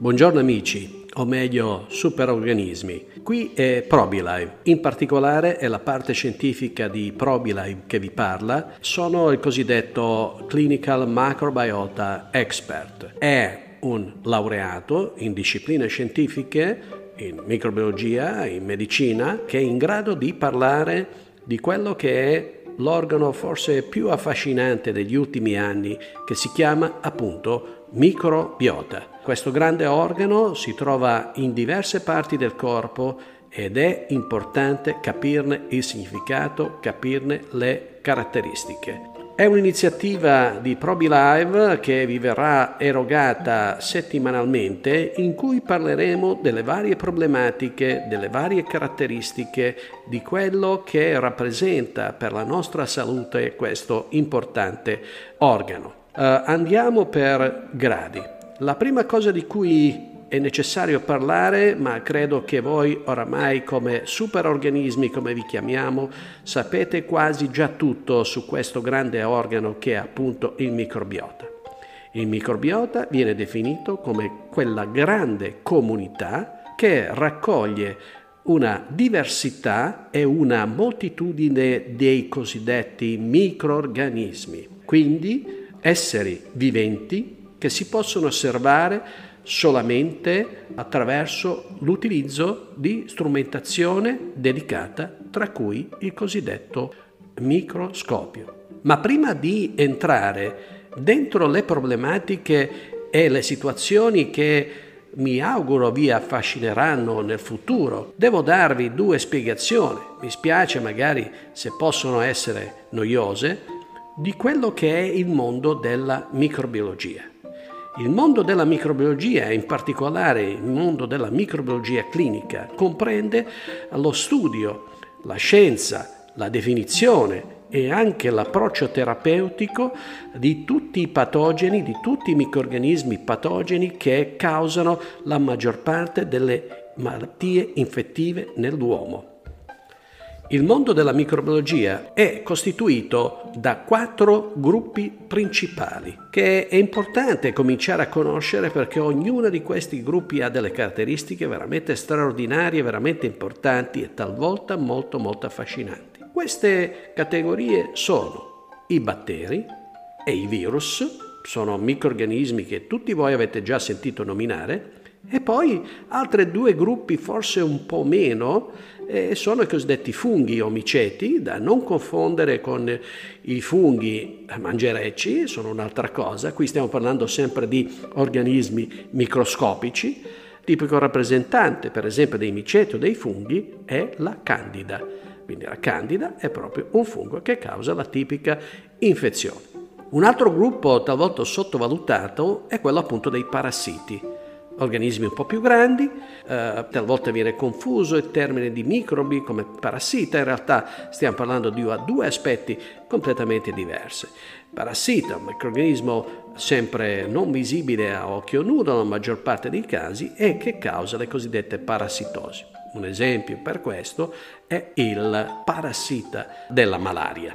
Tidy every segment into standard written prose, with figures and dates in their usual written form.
Buongiorno amici, o meglio superorganismi. Qui è ProBioLife, in particolare è la parte scientifica di ProBioLife che vi parla. Sono il cosiddetto Clinical Microbiota Expert. È un laureato in discipline scientifiche, in microbiologia, in medicina, che è in grado di parlare di quello che è l'organo forse più affascinante degli ultimi anni, che si chiama appunto microbiota. Questo grande organo si trova in diverse parti del corpo ed è importante capirne il significato, capirne le caratteristiche. È un'iniziativa di ProBioLife che vi verrà erogata settimanalmente, in cui parleremo delle varie problematiche, delle varie caratteristiche di quello che rappresenta per la nostra salute questo importante organo. Andiamo per gradi. La prima cosa di cui è necessario parlare, ma credo che voi oramai come superorganismi, come vi chiamiamo, sapete quasi già tutto su questo grande organo che è appunto il microbiota. Il microbiota viene definito come quella grande comunità che raccoglie una diversità e una moltitudine dei cosiddetti microorganismi, quindi esseri viventi che si possono osservare solamente attraverso l'utilizzo di strumentazione dedicata, tra cui il cosiddetto microscopio. Ma prima di entrare dentro le problematiche e le situazioni che mi auguro vi affascineranno nel futuro, devo darvi due spiegazioni, mi spiace magari se possono essere noiose, di quello che è il mondo della microbiologia. Il mondo della microbiologia, in particolare il mondo della microbiologia clinica, comprende lo studio, la scienza, la definizione e anche l'approccio terapeutico di tutti i patogeni, di tutti i microrganismi patogeni che causano la maggior parte delle malattie infettive nell'uomo. Il mondo della microbiologia è costituito da 4 gruppi principali che è importante cominciare a conoscere, perché ognuno di questi gruppi ha delle caratteristiche veramente straordinarie, veramente importanti e talvolta molto affascinanti. Queste categorie sono i batteri e i virus, sono microrganismi che tutti voi avete già sentito nominare, e poi altri 2 gruppi forse un po' meno sono i cosiddetti funghi o miceti, da non confondere con i funghi mangerecci, sono un'altra cosa. Qui stiamo parlando sempre di organismi microscopici. Tipico rappresentante per esempio dei miceti o dei funghi è la candida. Quindi la candida è proprio un fungo che causa la tipica infezione. Un altro gruppo talvolta sottovalutato è quello appunto dei parassiti. Organismi un po' più grandi, talvolta viene confuso il termine di microbi come parassita, in realtà stiamo parlando di 2 aspetti completamente diversi. Parassita, un microrganismo sempre non visibile a occhio nudo nella maggior parte dei casi e che causa le cosiddette parassitosi. Un esempio per questo è il parassita della malaria.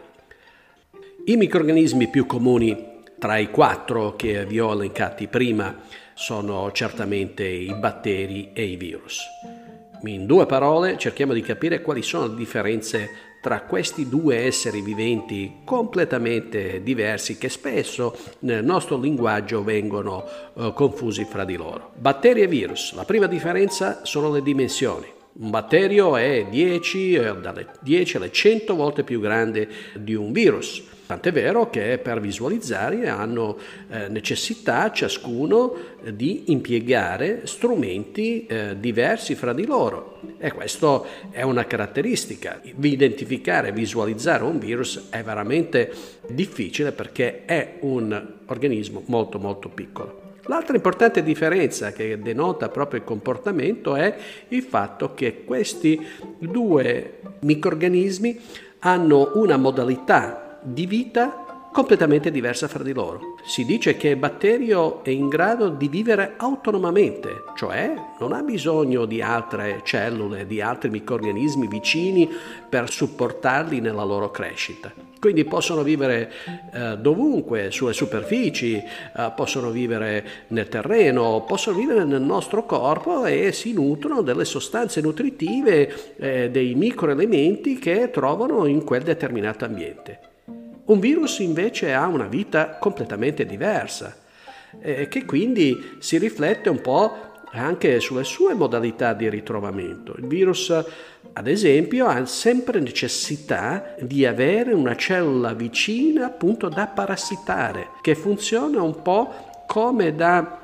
I microrganismi più comuni tra i 4 che vi ho elencati prima sono certamente i batteri e i virus. In 2 parole cerchiamo di capire quali sono le differenze tra questi 2 esseri viventi completamente diversi che spesso nel nostro linguaggio vengono confusi fra di loro. Batteri e virus. La prima differenza sono le dimensioni. Un batterio è dalle 10 alle 100 volte più grande di un virus. Tant'è vero che per visualizzare hanno necessità ciascuno di impiegare strumenti diversi fra di loro, e questo è una caratteristica. Identificare e visualizzare un virus è veramente difficile perché è un organismo molto piccolo. L'altra importante differenza che denota proprio il comportamento è il fatto che questi 2 microrganismi hanno una modalità di vita completamente diverse fra di loro. Si dice che il batterio è in grado di vivere autonomamente, cioè non ha bisogno di altre cellule, di altri microrganismi vicini per supportarli nella loro crescita. Quindi possono vivere dovunque, sulle superfici, possono vivere nel terreno, possono vivere nel nostro corpo e si nutrono delle sostanze nutritive, dei microelementi che trovano in quel determinato ambiente. Un virus invece ha una vita completamente diversa, che quindi si riflette un po' anche sulle sue modalità di ritrovamento. Il virus, ad esempio, ha sempre necessità di avere una cellula vicina appunto da parassitare, che funziona un po' come da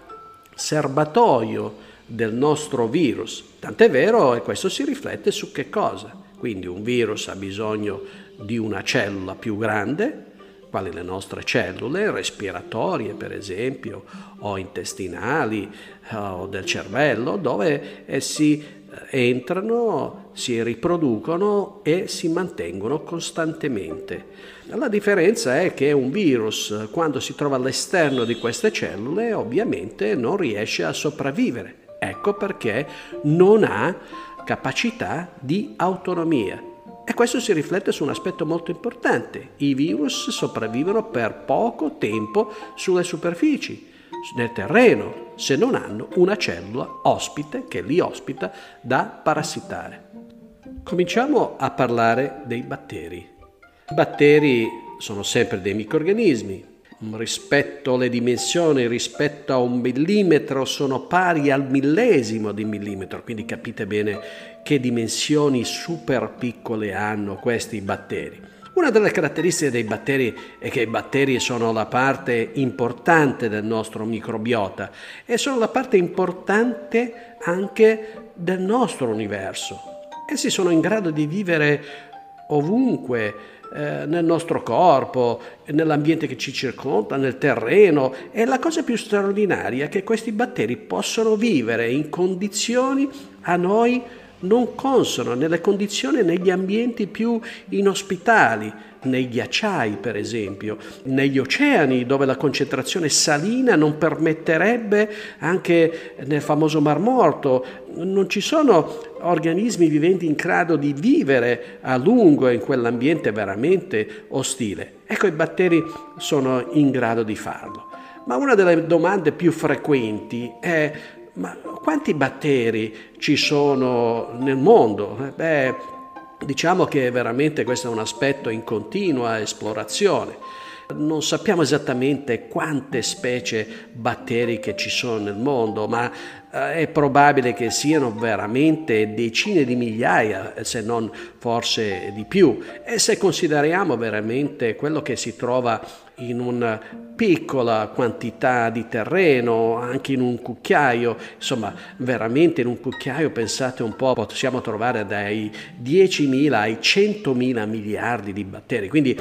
serbatoio del nostro virus. Tant'è vero, e questo si riflette su che cosa? Quindi un virus ha bisogno di una cellula più grande, quali le nostre cellule respiratorie per esempio, o intestinali, o del cervello, dove essi entrano, si riproducono e si mantengono costantemente. La differenza è che un virus, quando si trova all'esterno di queste cellule, ovviamente non riesce a sopravvivere. Ecco perché non ha capacità di autonomia. E questo si riflette su un aspetto molto importante. I virus sopravvivono per poco tempo sulle superfici, nel terreno, se non hanno una cellula ospite che li ospita da parassitare. Cominciamo a parlare dei batteri. I batteri sono sempre dei microrganismi. Rispetto alle dimensioni, rispetto a 1 millimetro, sono pari al millesimo di millimetro, quindi capite bene che dimensioni super piccole hanno questi batteri. Una delle caratteristiche dei batteri è che i batteri sono la parte importante del nostro microbiota e sono la parte importante anche del nostro universo. Essi sono in grado di vivere ovunque, nel nostro corpo, nell'ambiente che ci circonda, nel terreno. E la cosa più straordinaria è che questi batteri possono vivere in condizioni a noi non consono, nelle condizioni, negli ambienti più inospitali, nei ghiacciai per esempio, negli oceani dove la concentrazione salina non permetterebbe, anche nel famoso Mar Morto, non ci sono organismi viventi in grado di vivere a lungo in quell'ambiente veramente ostile. Ecco, i batteri sono in grado di farlo. Ma una delle domande più frequenti è: ma quanti batteri ci sono nel mondo? Diciamo che veramente questo è un aspetto in continua esplorazione. Non sappiamo esattamente quante specie batteriche ci sono nel mondo, ma è probabile che siano veramente decine di migliaia, se non forse di più. E se consideriamo veramente quello che si trova in una piccola quantità di terreno, anche in un cucchiaio, insomma veramente in un cucchiaio, pensate un po', possiamo trovare dai 10.000 ai 100.000 miliardi di batteri, quindi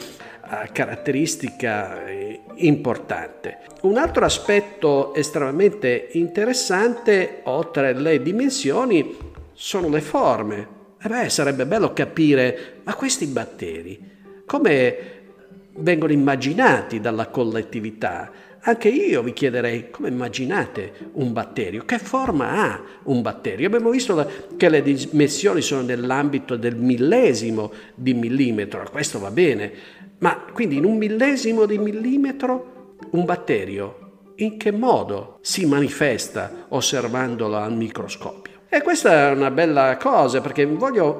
caratteristica importante. Un altro aspetto estremamente interessante, oltre le dimensioni, sono le forme. Sarebbe bello capire, ma questi batteri come vengono immaginati dalla collettività? Anche io vi chiederei: come immaginate un batterio? Che forma ha un batterio? Abbiamo visto che le dimensioni sono nell'ambito del millesimo di millimetro, questo va bene, ma quindi in 1 millesimo di millimetro un batterio in che modo si manifesta osservandolo al microscopio? E questa è una bella cosa, perché voglio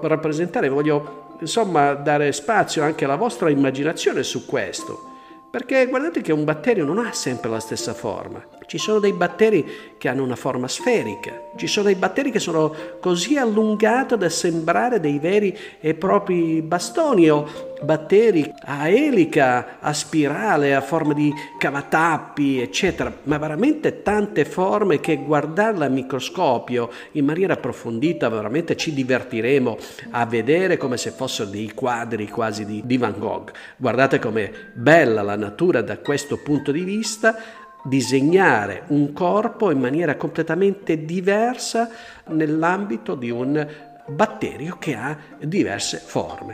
insomma dare spazio anche alla vostra immaginazione su questo. Perché guardate che un batterio non ha sempre la stessa forma. Ci sono dei batteri che hanno una forma sferica, ci sono dei batteri che sono così allungati da sembrare dei veri e propri bastoni, o batteri a elica, a spirale, a forma di cavatappi, eccetera, ma veramente tante forme che guardarle al microscopio in maniera approfondita veramente ci divertiremo a vedere come se fossero dei quadri quasi di Van Gogh. Guardate com'è bella la natura da questo punto di vista, disegnare un corpo in maniera completamente diversa nell'ambito di un batterio che ha diverse forme.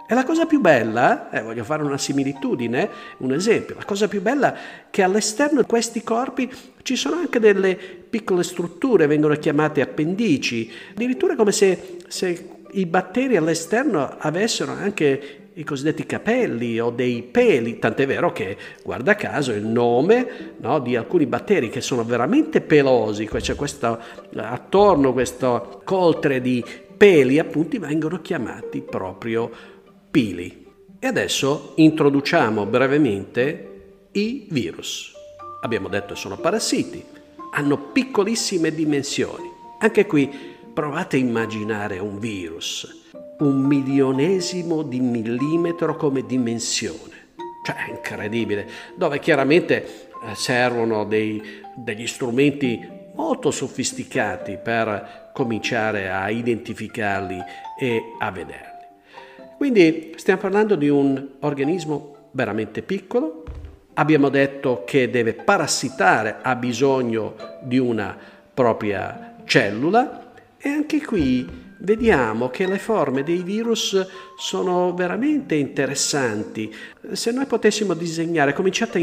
E la cosa più bella, voglio fare una similitudine, un esempio, la cosa più bella è che all'esterno di questi corpi ci sono anche delle piccole strutture, vengono chiamate appendici, addirittura come se i batteri all'esterno avessero anche i cosiddetti capelli o dei peli, tant'è vero che, guarda caso, il nome, no, di alcuni batteri che sono veramente pelosi, c'è attorno questo coltre di peli, appunto, vengono chiamati proprio pili. E adesso introduciamo brevemente i virus. Abbiamo detto che sono parassiti, hanno piccolissime dimensioni. Anche qui provate a immaginare un virus, 1/1000 di millimetro come dimensione. Cioè è incredibile, dove chiaramente servono degli strumenti molto sofisticati per cominciare a identificarli e a vederli. Quindi stiamo parlando di un organismo veramente piccolo, abbiamo detto che deve parassitare, ha bisogno di una propria cellula e anche qui vediamo che le forme dei virus sono veramente interessanti. Se noi potessimo disegnare, cominciate a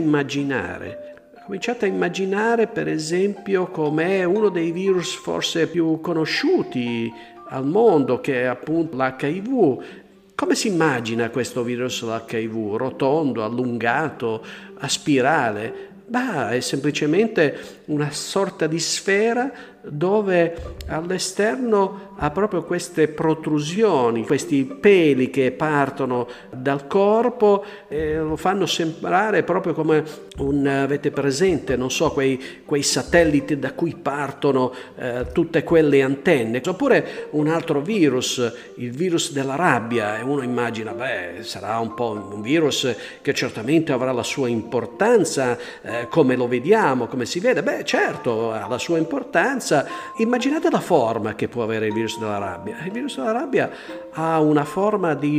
immaginare per esempio com'è uno dei virus forse più conosciuti al mondo, che è appunto l'HIV. Come si immagina questo virus l'HIV? Rotondo, allungato, a spirale? È semplicemente una sorta di sfera dove all'esterno ha proprio queste protrusioni, questi peli che partono dal corpo e lo fanno sembrare proprio come avete presente, non so, quei satelliti da cui partono tutte quelle antenne. Oppure un altro virus, il virus della rabbia, e uno immagina, sarà un po' un virus che certamente avrà la sua importanza, come lo vediamo, come si vede. Certo, ha la sua importanza. Immaginate la forma che può avere il virus della rabbia. Il virus della rabbia ha una forma di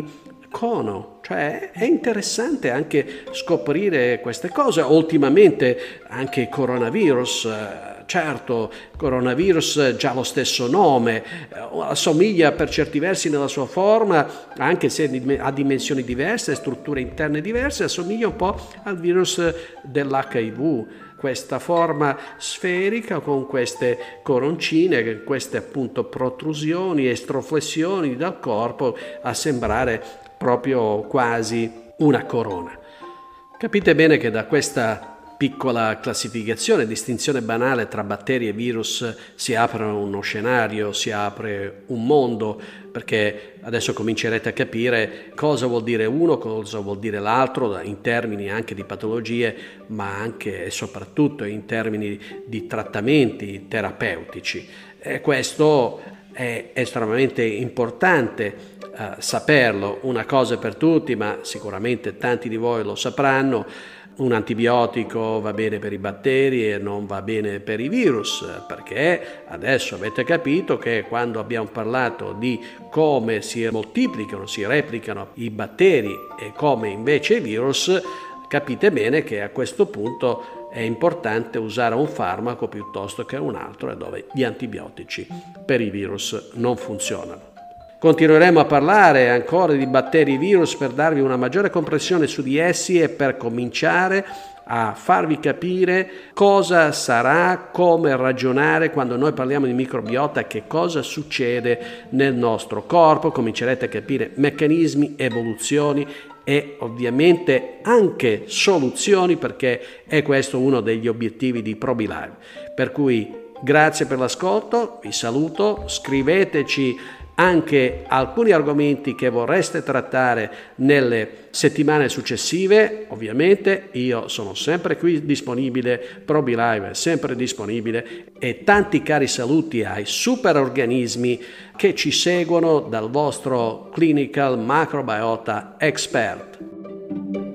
cono, cioè è interessante anche scoprire queste cose. Ultimamente anche il coronavirus, certo, coronavirus già lo stesso nome, assomiglia per certi versi nella sua forma, anche se ha dimensioni diverse, strutture interne diverse, assomiglia un po' al virus dell'HIV. Questa forma sferica con queste coroncine, queste appunto protrusioni, estroflessioni dal corpo a sembrare proprio quasi una corona. Capite bene che da questa piccola classificazione, distinzione banale tra batteri e virus si apre uno scenario, si apre un mondo, perché adesso comincerete a capire cosa vuol dire uno, cosa vuol dire l'altro, in termini anche di patologie, ma anche e soprattutto in termini di trattamenti terapeutici. E questo è estremamente importante saperlo. Una cosa per tutti, ma sicuramente tanti di voi lo sapranno: un antibiotico va bene per i batteri e non va bene per i virus, perché adesso avete capito che quando abbiamo parlato di come si moltiplicano, si replicano i batteri e come invece i virus, capite bene che a questo punto è importante usare un farmaco piuttosto che un altro, e dove gli antibiotici per i virus non funzionano. Continueremo a parlare ancora di batteri e virus per darvi una maggiore comprensione su di essi e per cominciare a farvi capire cosa sarà, come ragionare quando noi parliamo di microbiota, che cosa succede nel nostro corpo. Comincerete a capire meccanismi, evoluzioni e ovviamente anche soluzioni, perché è questo uno degli obiettivi di ProBilive. Per cui grazie per l'ascolto, vi saluto, scriveteci anche alcuni argomenti che vorreste trattare nelle settimane successive. Ovviamente io sono sempre qui disponibile, ProBilive è sempre disponibile, e tanti cari saluti ai superorganismi che ci seguono dal vostro Clinical Microbiota Expert.